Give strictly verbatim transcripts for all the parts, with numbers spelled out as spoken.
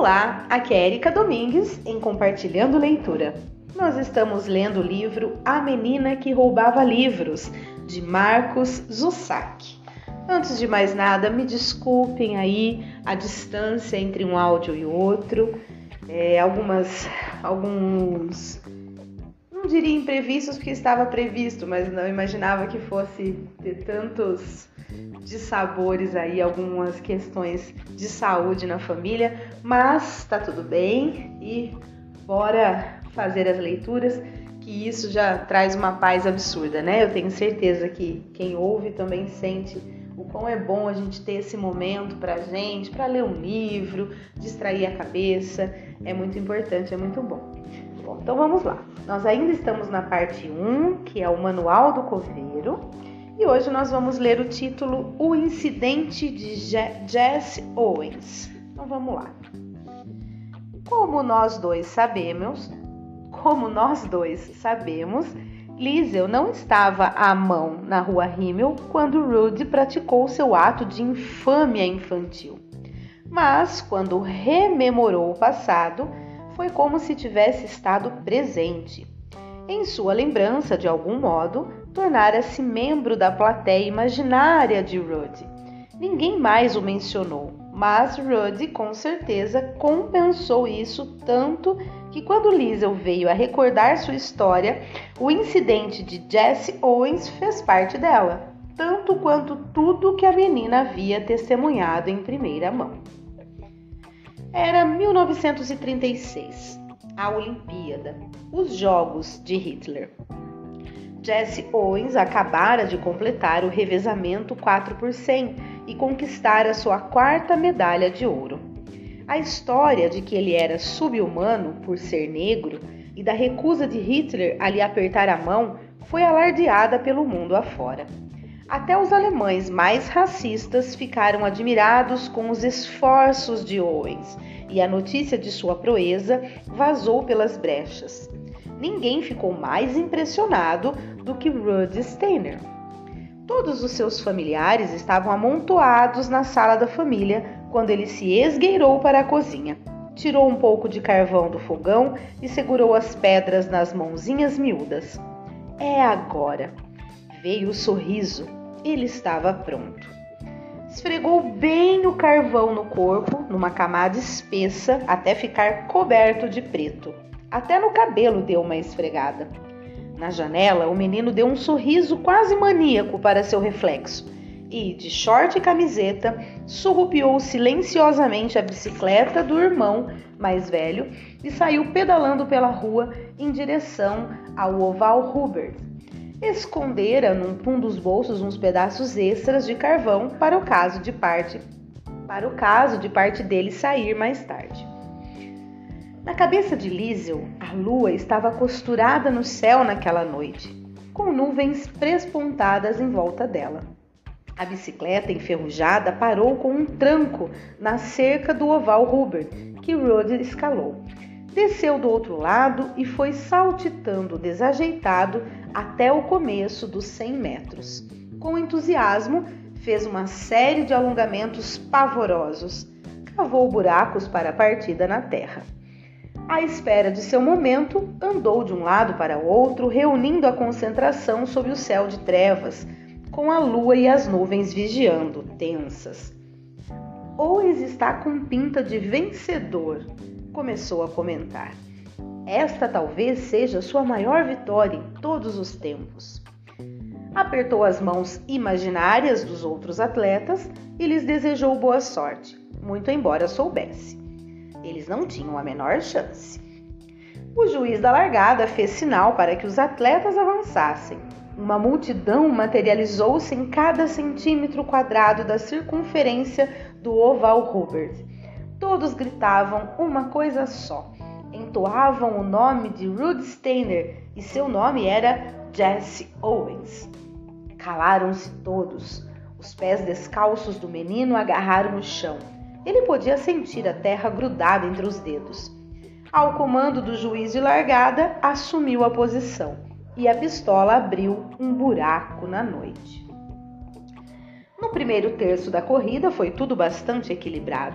Olá, aqui é Erika Domingues em Compartilhando Leitura. Nós estamos lendo o livro A Menina que Roubava Livros, de Marcos Zusak. Antes de mais nada, me desculpem aí a distância entre um áudio e outro, é, algumas, alguns, não diria imprevistos porque estava previsto, mas não imaginava que fosse ter tantos dissabores aí, algumas questões de saúde na família, mas tá tudo bem e bora fazer as leituras, que isso já traz uma paz absurda, né? Eu tenho certeza que quem ouve também sente o quão é bom a gente ter esse momento pra gente, pra ler um livro, distrair a cabeça, é muito importante, é muito bom. Bom, então vamos lá. Nós ainda estamos na parte um, que é o Manual do Coveiro, e hoje nós vamos ler o título O Incidente de Jesse Owens. Então vamos lá. Como nós dois sabemos, como nós dois sabemos, Liesel não estava à mão na rua Rimmel quando Rudy praticou seu ato de infâmia infantil. Mas, quando rememorou o passado, foi como se tivesse estado presente. Em sua lembrança, de algum modo, tornara-se membro da plateia imaginária de Rudy. Ninguém mais o mencionou, mas Rudy com certeza compensou isso tanto que quando Liesel veio a recordar sua história, o incidente de Jesse Owens fez parte dela, tanto quanto tudo que a menina havia testemunhado em primeira mão. Era mil novecentos e trinta e seis, a Olimpíada, os Jogos de Hitler. Jesse Owens acabara de completar o revezamento quatro por cem e conquistar a sua quarta medalha de ouro. A história de que ele era sub-humano por ser negro e da recusa de Hitler a lhe apertar a mão foi alardeada pelo mundo afora. Até os alemães mais racistas ficaram admirados com os esforços de Owens e a notícia de sua proeza vazou pelas brechas. Ninguém ficou mais impressionado do que Rudy Steiner. Todos os seus familiares estavam amontoados na sala da família quando ele se esgueirou para a cozinha. Tirou um pouco de carvão do fogão e segurou as pedras nas mãozinhas miúdas. É agora. Veio o sorriso. Ele estava pronto. Esfregou bem o carvão no corpo, numa camada espessa, até ficar coberto de preto. Até no cabelo deu uma esfregada. Na janela, o menino deu um sorriso quase maníaco para seu reflexo e, de short e camiseta, surrupiou silenciosamente a bicicleta do irmão mais velho e saiu pedalando pela rua em direção ao Oval Hubert. Escondera num dos bolsos uns pedaços extras de carvão para o caso de parte, para o caso de parte dele sair mais tarde. Na cabeça de Liesel, a lua estava costurada no céu naquela noite, com nuvens prespontadas em volta dela. A bicicleta enferrujada parou com um tranco na cerca do Oval Hubert, que Rudy escalou. Desceu do outro lado e foi saltitando desajeitado até o começo dos cem metros. Com entusiasmo, fez uma série de alongamentos pavorosos. Cavou buracos para a partida na terra. À espera de seu momento, andou de um lado para o outro, reunindo a concentração sob o céu de trevas, com a lua e as nuvens vigiando, tensas. Owens está com pinta de vencedor, começou a comentar. Esta talvez seja sua maior vitória em todos os tempos. Apertou as mãos imaginárias dos outros atletas e lhes desejou boa sorte, muito embora soubesse. Eles não tinham a menor chance. O juiz da largada fez sinal para que os atletas avançassem. Uma multidão materializou-se em cada centímetro quadrado da circunferência do Oval Hubert. Todos gritavam uma coisa só. Entoavam o nome de Rudy Steiner e seu nome era Jesse Owens. Calaram-se todos. Os pés descalços do menino agarraram o chão. Ele podia sentir a terra grudada entre os dedos. Ao comando do juiz de largada, assumiu a posição e a pistola abriu um buraco na noite. No primeiro terço da corrida foi tudo bastante equilibrado.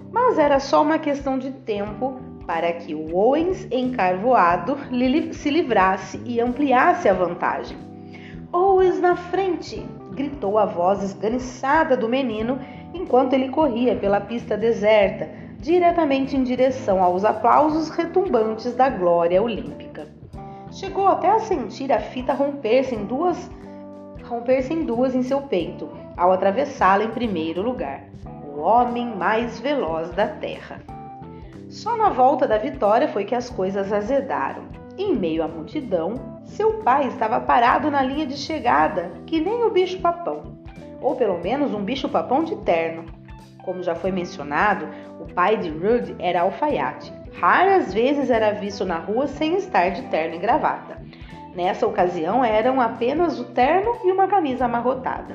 mas era só uma questão de tempo para que o Owens encarvoado se livrasse e ampliasse a vantagem. Owens na frente! Gritou a voz esganiçada do menino enquanto ele corria pela pista deserta, diretamente em direção aos aplausos retumbantes da glória olímpica. Chegou até a sentir a fita romper-se em duas, romper-se em duas em seu peito, ao atravessá-la em primeiro lugar. O homem mais veloz da terra. Só na volta da vitória foi que as coisas azedaram. Em meio à multidão, seu pai estava parado na linha de chegada, que nem o bicho-papão, ou pelo menos um bicho-papão de terno. Como já foi mencionado, o pai de Rudy era alfaiate. Raras vezes era visto na rua sem estar de terno e gravata. Nessa ocasião eram apenas o terno e uma camisa amarrotada.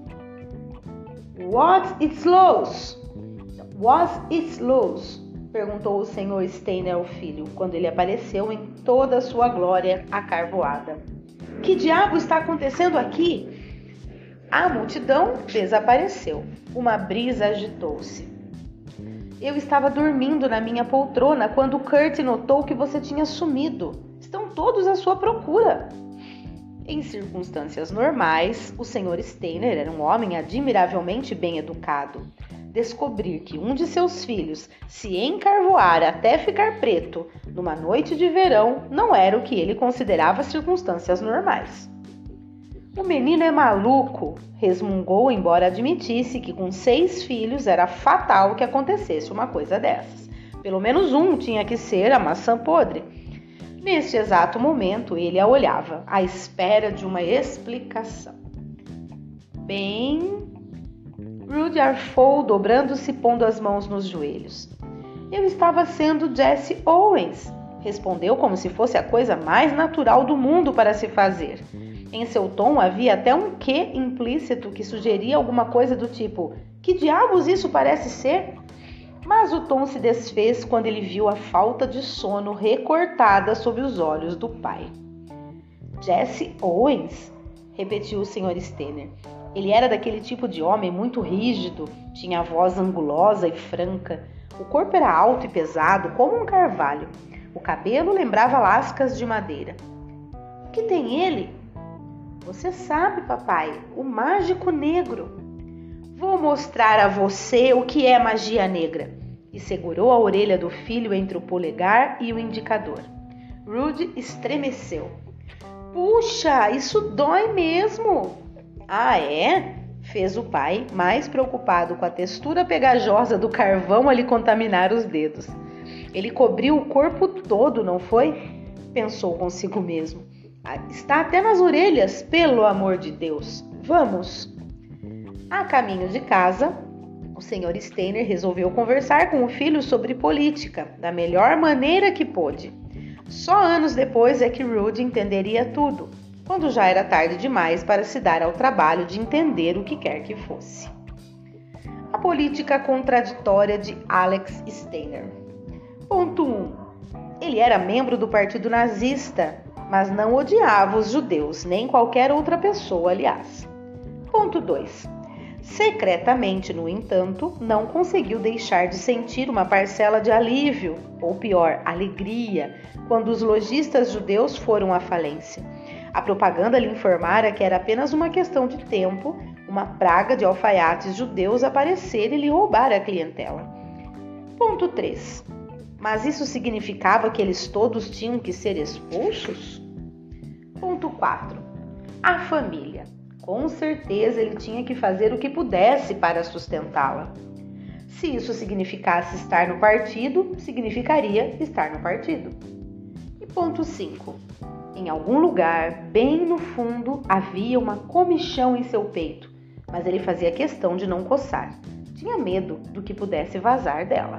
What's its loss? What's its loss? Perguntou o senhor Steiner ao filho, quando ele apareceu em toda a sua glória acarvoada. Que diabo está acontecendo aqui? A multidão desapareceu. Uma brisa agitou-se. Eu estava dormindo na minha poltrona quando Kurt notou que você tinha sumido. Estão todos à sua procura. Em circunstâncias normais, o senhor Steiner era um homem admiravelmente bem educado. Descobrir que um de seus filhos se encarvoara até ficar preto numa noite de verão não era o que ele considerava circunstâncias normais. O menino é maluco, resmungou, embora admitisse que com seis filhos era fatal que acontecesse uma coisa dessas. Pelo menos um tinha que ser a maçã podre. Neste exato momento, ele a olhava, à espera de uma explicação. Bem... Rudy arfou, dobrando-se e pondo as mãos nos joelhos. Eu estava sendo Jesse Owens, respondeu como se fosse a coisa mais natural do mundo para se fazer. Em seu tom havia até um quê implícito que sugeria alguma coisa do tipo: que diabos isso parece ser? Mas o tom se desfez quando ele viu a falta de sono recortada sob os olhos do pai. Jesse Owens? Repetiu o senhor Steiner. Ele era daquele tipo de homem muito rígido, tinha a voz angulosa e franca. O corpo era alto e pesado, como um carvalho. O cabelo lembrava lascas de madeira. O que tem ele? Você sabe, papai, o mágico negro. Vou mostrar a você o que é magia negra. E segurou a orelha do filho entre o polegar e o indicador. Rudy estremeceu. Puxa, isso dói mesmo! Ah, é? Fez o pai, mais preocupado com a textura pegajosa do carvão a lhe contaminar os dedos. Ele cobriu o corpo todo, não foi? Pensou consigo mesmo. Está até nas orelhas, pelo amor de Deus. Vamos! A caminho de casa, o senhor Steiner resolveu conversar com o filho sobre política, da melhor maneira que pôde. Só anos depois é que Rudy entenderia tudo, quando já era tarde demais para se dar ao trabalho de entender o que quer que fosse. A política contraditória de Alex Steiner. Ponto um. Ele era membro do partido nazista, mas não odiava os judeus, nem qualquer outra pessoa, aliás. Ponto dois. Secretamente, no entanto, não conseguiu deixar de sentir uma parcela de alívio, ou pior, alegria, quando os lojistas judeus foram à falência. A propaganda lhe informara que era apenas uma questão de tempo uma praga de alfaiates judeus aparecer e lhe roubar a clientela. Ponto três. Mas isso significava que eles todos tinham que ser expulsos? Ponto quatro. A família. Com certeza ele tinha que fazer o que pudesse para sustentá-la. Se isso significasse estar no partido, significaria estar no partido. E ponto cinco. Em algum lugar, bem no fundo, havia uma comichão em seu peito, mas ele fazia questão de não coçar. Tinha medo do que pudesse vazar dela.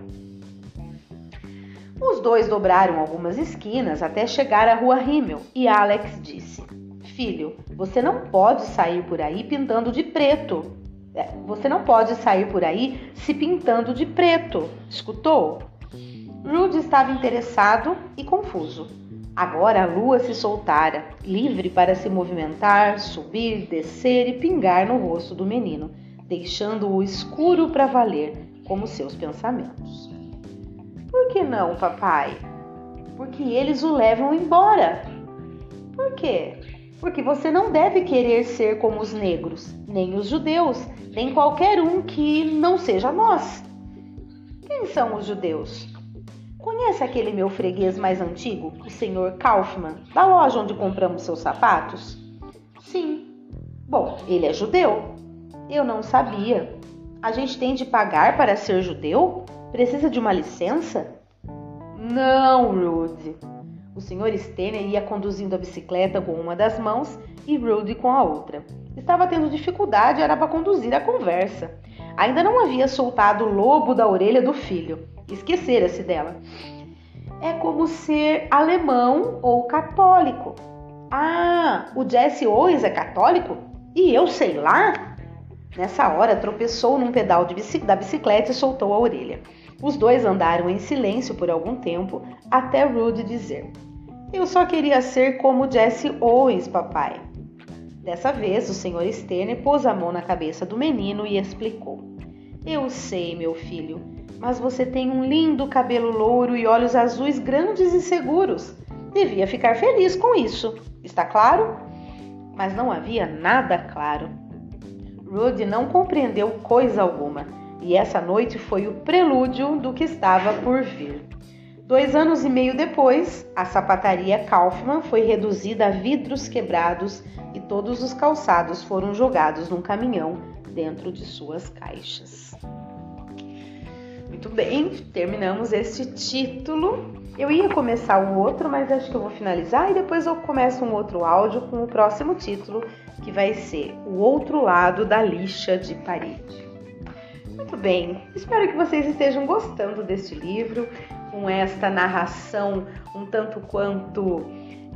Os dois dobraram algumas esquinas até chegar à rua Rimmel e Alex disse: Filho, você não pode sair por aí pintando de preto. Você não pode sair por aí se pintando de preto. Escutou? Rudy estava interessado e confuso. Agora a lua se soltara, livre para se movimentar, subir, descer e pingar no rosto do menino, deixando-o escuro para valer, como seus pensamentos. Por que não, papai? Porque eles o levam embora. Por quê? Porque você não deve querer ser como os negros, nem os judeus, nem qualquer um que não seja nós. Quem são os judeus? Conhece aquele meu freguês mais antigo, o senhor Kaufmann, da loja onde compramos seus sapatos? Sim. Bom, ele é judeu. Eu não sabia. A gente tem de pagar para ser judeu? Precisa de uma licença? Não, Rudy. O senhor Stenner ia conduzindo a bicicleta com uma das mãos e Rudy com a outra. Estava tendo dificuldade, era para conduzir a conversa. Ainda não havia soltado o lobo da orelha do filho. Esquecera-se dela. É como ser alemão ou católico. Ah, o Jesse Owens é católico? E eu sei lá? Nessa hora, tropeçou num pedal de bici- da bicicleta e soltou a orelha. Os dois andaram em silêncio por algum tempo, até Rudy dizer: Eu só queria ser como Jesse Owens, papai. Dessa vez, o senhor Stenner pôs a mão na cabeça do menino e explicou: Eu sei, meu filho, mas você tem um lindo cabelo louro e olhos azuis grandes e seguros. Devia ficar feliz com isso, está claro? Mas não havia nada claro. Rudy não compreendeu coisa alguma, e essa noite foi o prelúdio do que estava por vir. Dois anos e meio depois, a sapataria Kaufmann foi reduzida a vidros quebrados e todos os calçados foram jogados num caminhão dentro de suas caixas. Muito bem, terminamos este título. Eu ia começar um outro, mas acho que eu vou finalizar e depois eu começo um outro áudio com o próximo título, que vai ser O Outro Lado da Lixa de Parede. Muito bem, espero que vocês estejam gostando deste livro, com esta narração um tanto quanto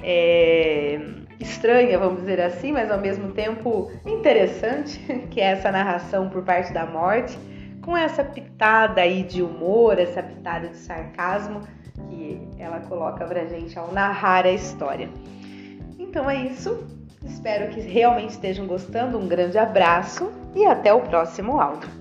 é, estranha, vamos dizer assim, mas ao mesmo tempo interessante, que é essa narração por parte da morte, com essa pitada aí de humor, essa pitada de sarcasmo que ela coloca pra gente ao narrar a história. Então é isso, espero que realmente estejam gostando, um grande abraço e até o próximo áudio.